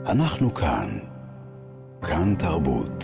אנחנו כאן. כאן תרבות.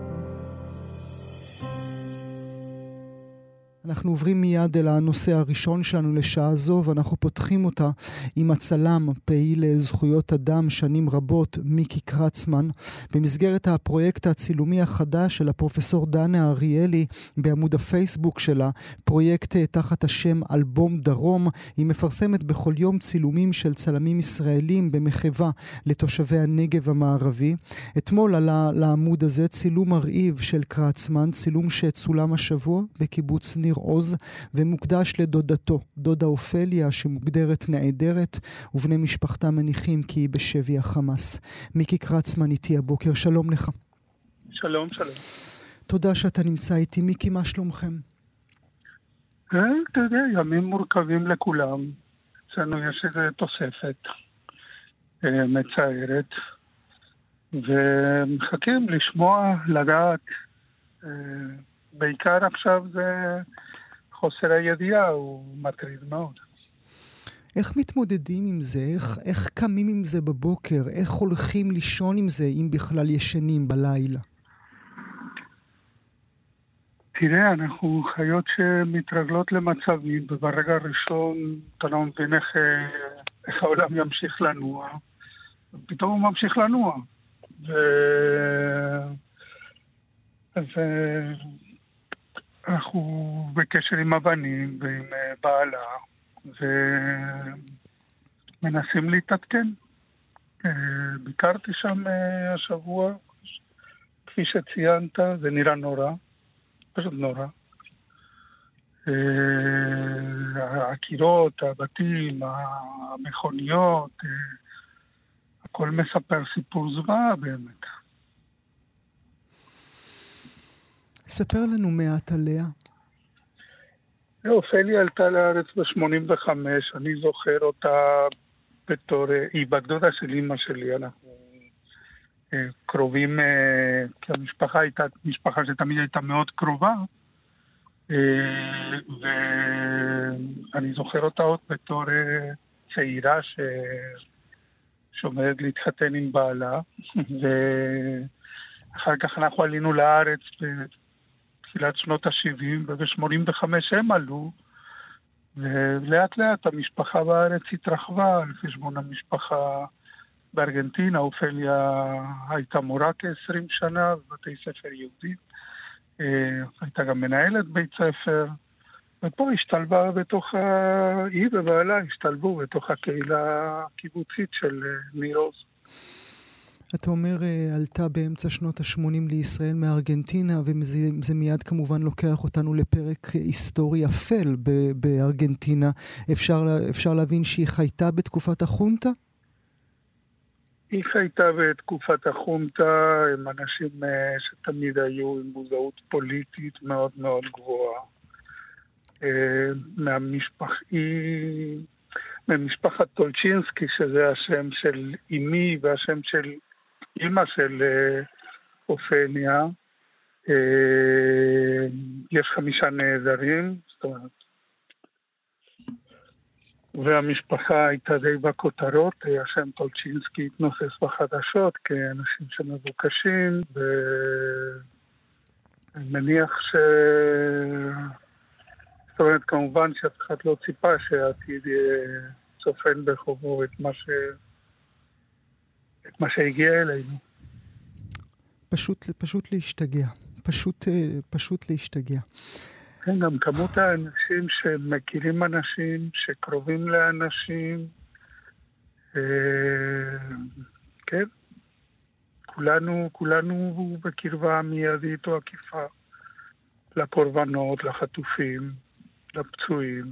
אנחנו עוברים מיד אל הנושא הראשון שלנו לשעה זו, ואנחנו פותחים אותה עם הצלם, פעיל זכויות אדם שנים רבות, מיקי קרצמן, במסגרת הפרויקט הצילומי החדש של הפרופסור דנה אריאלי בעמוד הפייסבוק שלה, פרויקט תחת השם אלבום דרום. היא מפרסמת בכל יום צילומים של צלמים ישראלים במחווה לתושבי הנגב המערבי. אתמול עלה לעמוד הזה צילום מרהיב של קרצמן, צילום שצולם השבוע בקיבוץ ניר עוז, ומוקדש לדודתו, דודה אופליה, שמוגדרת נעדרת, ובני משפחתה מניחים כי היא בשבי החמאס. מיקי קרצמן איתי הבוקר, שלום לך. שלום, שלום. תודה שאתה נמצא איתי. מיקי, מה שלומכם? אתה יודע, ימים מורכבים לכולם. אצלנו יש איזו תוספת מצערת, ומחכים לשמוע, לדעת. בעיקר עכשיו זה חוסר הידיעה, הוא מטריד מאוד. איך מתמודדים עם זה? איך קמים עם זה בבוקר? איך הולכים לישון עם זה, אם בכלל ישנים בלילה? תראה, אנחנו חיות שמתרגלות למצבים, וברגע הראשון אתה לא מבין איך העולם ימשיך לנוע, ופתאום הוא ממשיך לנוע. אנחנו בקשר עם הבנים ועם בעלה, ומנסים להתעדכן. ביקרתי שם השבוע, כפי שציינת, זה נראה נורא, פשוט נורא. הקירות, הבתים, המכוניות, הכל מספר סיפור זוועה באמת. ספר לנו מעט עליה. אופליה עלתה לארץ ב-85, אני זוכר אותה בתור, היא בת דודה של אמא שלי, אנחנו קרובים, כי המשפחה הייתה משפחה שתמיד הייתה מאוד קרובה, ואני זוכר אותה עוד בתור צעירה שעומדת להתחתן עם בעלה, ואחר כך אנחנו עלינו לארץ בתחילת שנות ה-70, וב-85 הם עלו, ולאט לאט המשפחה בארץ התרחבה על חשבון המשפחה בארגנטינה. אופליה הייתה מורה כ-20 שנה בבתי ספר יהודיים, הייתה גם מנהלת בית ספר, ופה השתלבה בתוך, היא ובעלה השתלבו בתוך הקהילה הקיבוצית של ניר עוז. אתה אומר, עלתה באמצע שנות ה-80 לישראל מארגנטינה, וזה מיד כמובן לוקח אותנו לפרק היסטורי אפל בארגנטינה. אפשר להבין שהיא חייתה בתקופת החונטה? היא חייתה בתקופת החונטה, הם אנשים שתמיד היו עם מודעות פוליטית מאוד מאוד גבוהה. ממשפחת טולצ'ינסקי, שזה השם של אמי והשם של אמא של אופליה, יש 5 נעדרים, זאת אומרת, והמשפחה הייתה די בכותרות, השם טולצ'ינסקי התנוסס בחדשות כאנשים שמבוקשים, ואני מניח זאת אומרת, כמובן שאף אחד לא ציפה שעתיד צופן בחובו את מה שהגיע אלינו. פשוט להשתגע. פשוט להשתגע. כן, גם כמות האנשים שמכירים אנשים, שקרובים לאנשים, כן, כולנו בקרבה מיידית או עקיפה לקורבנות, לחטופים, לפצועים.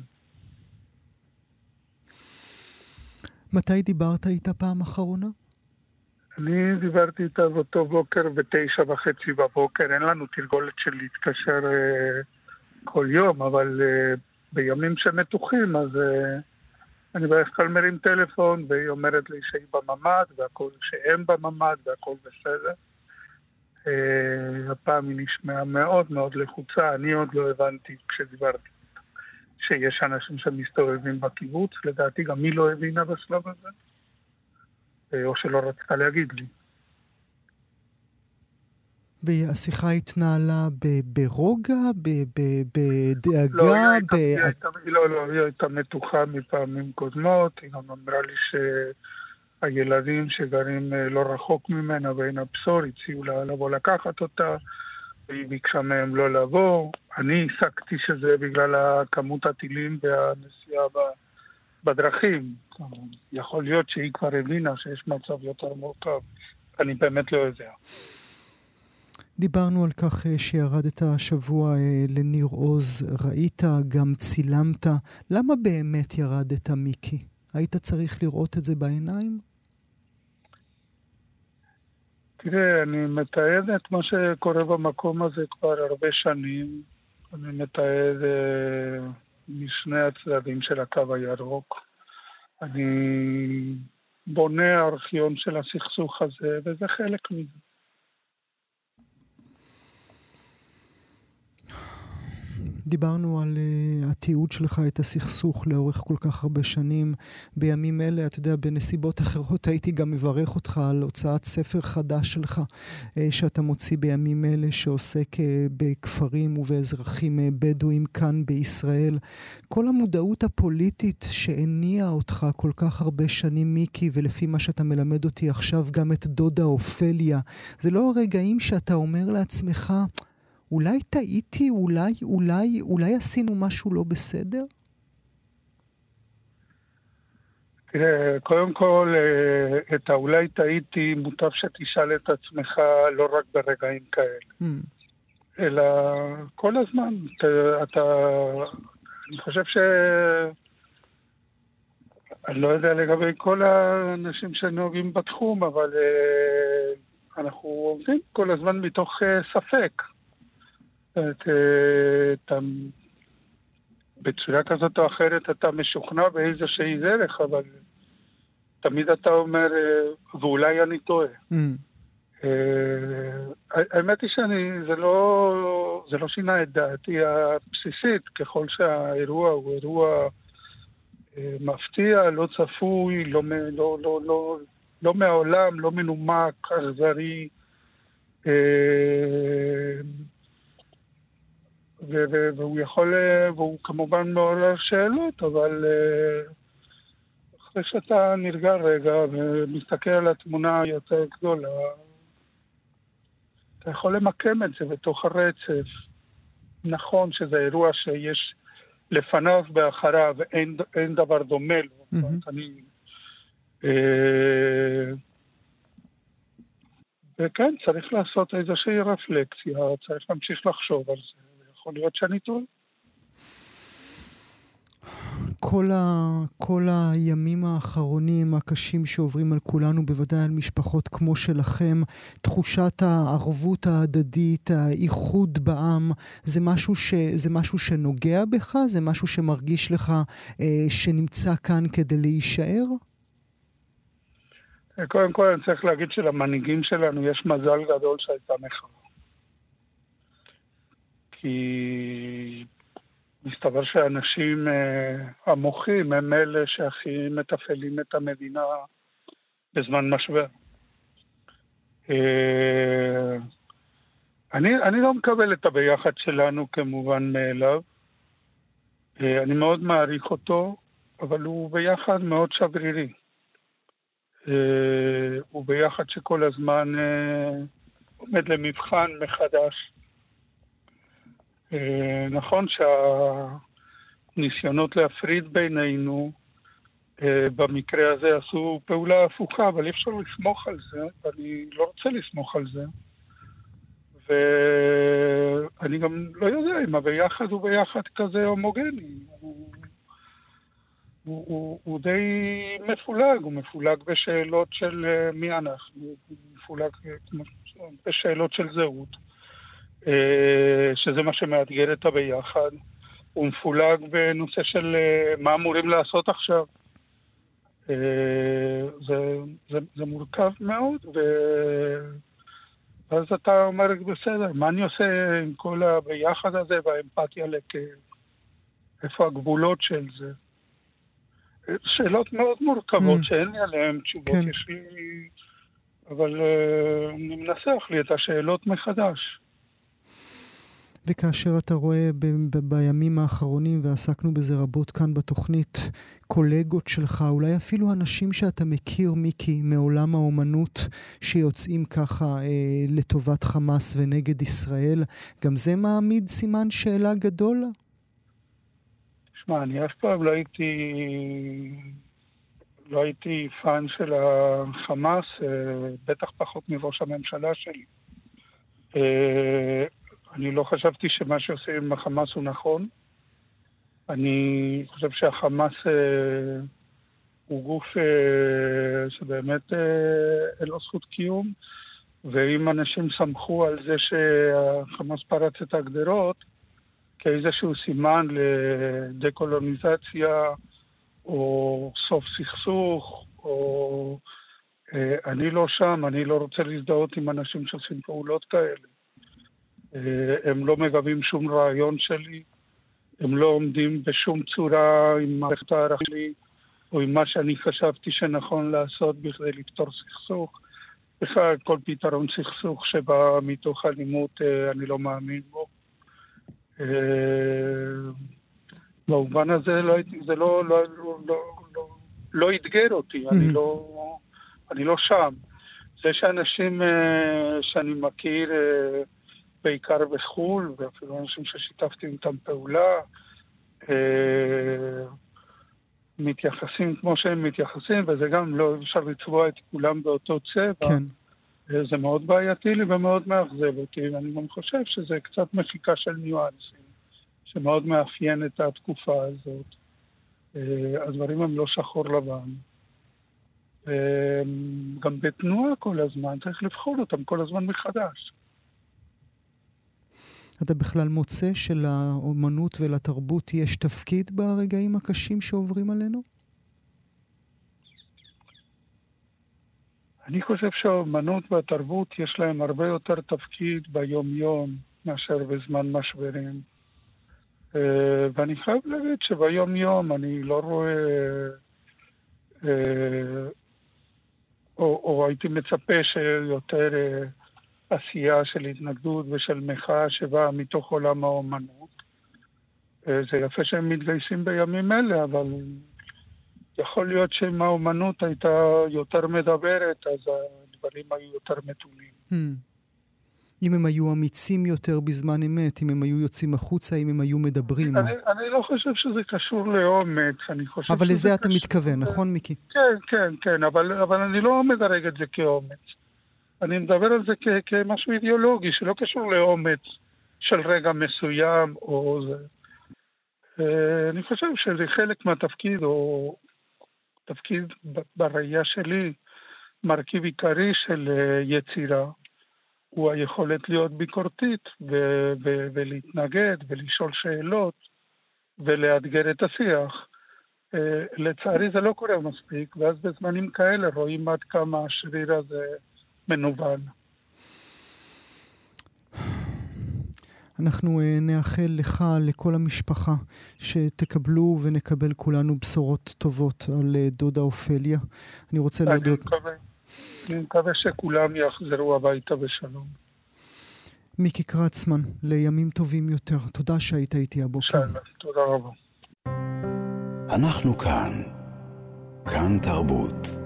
מתי דיברת איתה פעם אחרונה? אני דיברתי איתה באותו בוקר ב9:30 בבוקר. אין לנו תרגולת של להתקשר כל יום, אבל בימים שמתוחים, אז אני בדרך כלל מרים טלפון, והיא אומרת לי שהיא בממ"ד, שהם בממ"ד, והכל בסדר. הפעם היא נשמעה מאוד מאוד לחוצה. אני עוד לא הבנתי כשדיברתי שיש אנשים שמסתובבים בקיבוץ. לדעתי גם היא לא הבינה בשלב הזה. או שלא רצתה להגיד לי. והשיחה התנהלה ברוגע, בדאגה? לא, היא הייתה מתוחה מפעמים קודמות. היא גם אמרה לי שהילדים שגרים לא רחוק ממנה בעין הבשור הציעו לה לבוא לקחת אותה, והיא ביקשה מהם לא לבוא. אני הסקתי שזה בגלל כמות הטילים והנסיעה בדרכים. יכול להיות שהיא כבר הבינה שיש מצב יותר מורכב. אני באמת לא יודע. דיברנו על כך שירדת השבוע לניר עוז, ראית, גם צילמת. למה באמת ירדת, מיקי? היית צריך לראות את זה בעיניים? תראה, אני מתעד את מה שקורה במקום הזה כבר הרבה שנים. אני מתעד משני הצדדים של הקו הירוק. אני בונה ארכיון של הסכסוך הזה, וזה חלק מזה. דיברנו על התיעוד שלך את הסכסוך לאורך כל כך הרבה שנים. בימים אלה, אתה יודע, בנסיבות אחרות הייתי גם מברך אותך על הוצאת ספר חדש שלך שאתה מוציא בימים אלה, שעוסק בכפרים ובאזרחים בדואים כאן בישראל. כל המודעות הפוליטית שהניעה אותך כל כך הרבה שנים, מיקי, ולפי מה שאתה מלמד אותי עכשיו גם את דודה אופליה, זה לא הרגעים שאתה אומר לעצמך, אולי טעיתי, אולי עשינו משהו לא בסדר? תראה, קודם כל, את האולי טעיתי מוטב שתשאל את עצמך לא רק ברגעים כאלה. אלא כל הזמן. אני חושב אני לא יודע לגבי כל האנשים שנוהגים בתחום, אבל אנחנו עובדים כל הזמן מתוך ספק. בצורה כזאת או אחרת אתה משוכנע באיזושהי דרך, אבל תמיד אתה אומר, ואולי אני טועה. האמת היא זה לא שינה את דעתי הבסיסית, ככל שהאירוע הוא אירוע מפתיע, לא צפוי, לא מהעולם, לא מנומק, אכזרי, והוא כמובן מעורר שאלות, אבל אחרי שאתה נרגע רגע ומסתכל על התמונה היותר גדולה, אתה יכול למקם את זה בתוך הרצף. נכון שזה אירוע שיש לפניו ואחריו, אין דבר דומה לו. וכן, צריך לעשות איזושהי רפלקציה, צריך להמשיך לחשוב על זה. יכול להיות שאני טועה. כל הימים האחרונים הקשים שעוברים על כולנו, בוודאי על משפחות כמו שלכם, תחושת הערבות ההדדית, האיחוד בעם, זה משהו שנוגע בך? זה משהו שמרגיש לך שנמצא כאן כדי להישאר? קודם כל אני צריך להגיד שלמנהיגים שלנו יש מזל גדול שהייתה מחאה. כי מסתבר שאנשים המוחים הם אלה שהכי מתפעלים את המדינה בזמן משבר. אני לא מקבל את הביחד שלנו כמובן מאליו. אני מאוד מעריך אותו, אבל הוא ביחד מאוד שברירי. הוא ביחד שכל הזמן עומד למבחן מחדש. נכון שהניסיונות להפריד בינינו במקרה הזה עשו פעולה הפוכה, אבל אי אפשר לסמוך על זה, ואני לא רוצה לסמוך על זה. ואני גם לא יודע אם הביחד הוא ביחד כזה הומוגני. הוא די מפולג, הוא מפולג בשאלות של מי אנחנו, הוא מפולג בשאלות של זהות. שזה מה שמאתגר את הביחד. הוא מפולג בנושא של מה אמורים לעשות עכשיו. זה מורכב מאוד, ואז אתה אומר, בסדר, מה אני עושה עם כל הביחד הזה והאמפתיה לכאב? איפה הגבולות של זה? שאלות מאוד מורכבות שאין לי עליהן תשובות. כן. יש לי... אבל אני מנסח לי את השאלות מחדש. וכאשר אתה רואה בימים האחרונים, ועסקנו בזה רבות כאן בתוכנית, קולגות שלך, אולי אפילו אנשים שאתה מכיר, מיקי, מעולם האומנות, שיוצאים ככה לטובת חמאס ונגד ישראל, גם זה מעמיד סימן שאלה גדול? שמע, אני אף פעם לא הייתי פן של החמאס, בטח פחות מראש הממשלה שלי. אני לא חשבתי שמה שעושים עם החמאס הוא נכון. אני חושב שהחמאס הוא גוף שבאמת אין לו זכות קיום, ואם אנשים סמכו על זה שהחמאס פרץ את הגדרות, כאיזשהו סימן לדקולוניזציה או סוף סכסוך, או אני לא שם, אני לא רוצה להזדהות עם אנשים שעושים פעולות כאלה. הם לא מגבים שום רעיון שלי, הם לא עומדים בשום צורה עם מערכת הערכים שלי, או עם מה שאני חשבתי שנכון לעשות בכדי לפתור סכסוך. בכלל, כל פתרון סכסוך שבא מתוך אלימות, אני לא מאמין בו. במובן הזה זה לא יתגר אותי, אני לא שם. זה שאנשים שאני מכיר בעיקר בחול, ואפילו אנשים ששיתפתי איתם פעולה, מתייחסים כמו שהם מתייחסים, וזה גם לא אפשר לצבוע את כולם באותו צבע. כן. זה מאוד בעייתי לי ומאוד מאכזב אותי, ואני גם חושב שזה קצת מחיקה של ניואנסים, שמאוד מאפיין את התקופה הזאת. הדברים הם לא שחור לבן. גם בתנועה כל הזמן, צריך לבחור אותם כל הזמן מחדש. אתה בכלל מוצא שלאומנות ולתרבות יש תפקיד ברגעים הקשים שעוברים עלינו? אני חושב שהאומנות והתרבות יש להם הרבה יותר תפקיד ביום-יום מאשר בזמן משברים. ואני חייב להגיד שביום-יום אני לא רואה, או הייתי מצפה שיותר עשייה של התנגדות ושל מחאה שבאה מתוך עולם האומנות. זה יפה שהם מתגייסים בימים אלה, אבל יכול להיות שאם האומנות הייתה יותר מדברת, אז הדברים היו יותר מתונים. אם הם היו אמיצים יותר בזמן אמת, אם הם היו יוצאים החוצה, אם הם היו מדברים. אני לא חושב שזה קשור לאומץ. אבל לזה אתה מתכוון, נכון מיקי? כן, אבל אני לא מדרג את זה כאומץ. אני מדבר על זה כמשהו אידיאולוגי, שלא קשור לאומץ של רגע מסוים או זה. אני חושב שזה חלק מהתפקיד, או תפקיד בראייה שלי, מרכיב עיקרי של יצירה, הוא היכולת להיות ביקורתית ולהתנגד ולשאול שאלות ולאתגר את השיח. לצערי זה לא קורה מספיק, ואז בזמנים כאלה רואים עד כמה השריר הזה מנוון. אנחנו נאחל לך, לכל המשפחה, שתקבלו ונקבל כולנו בשורות טובות על דודה אופליה. אני רוצה להודות. אני מקווה שכולם יחזרו הביתה בשלום. מיקי קרצמן, לימים טובים יותר. תודה שהיית איתי הבוקר. שלום, תודה רבה. אנחנו כאן תרבות.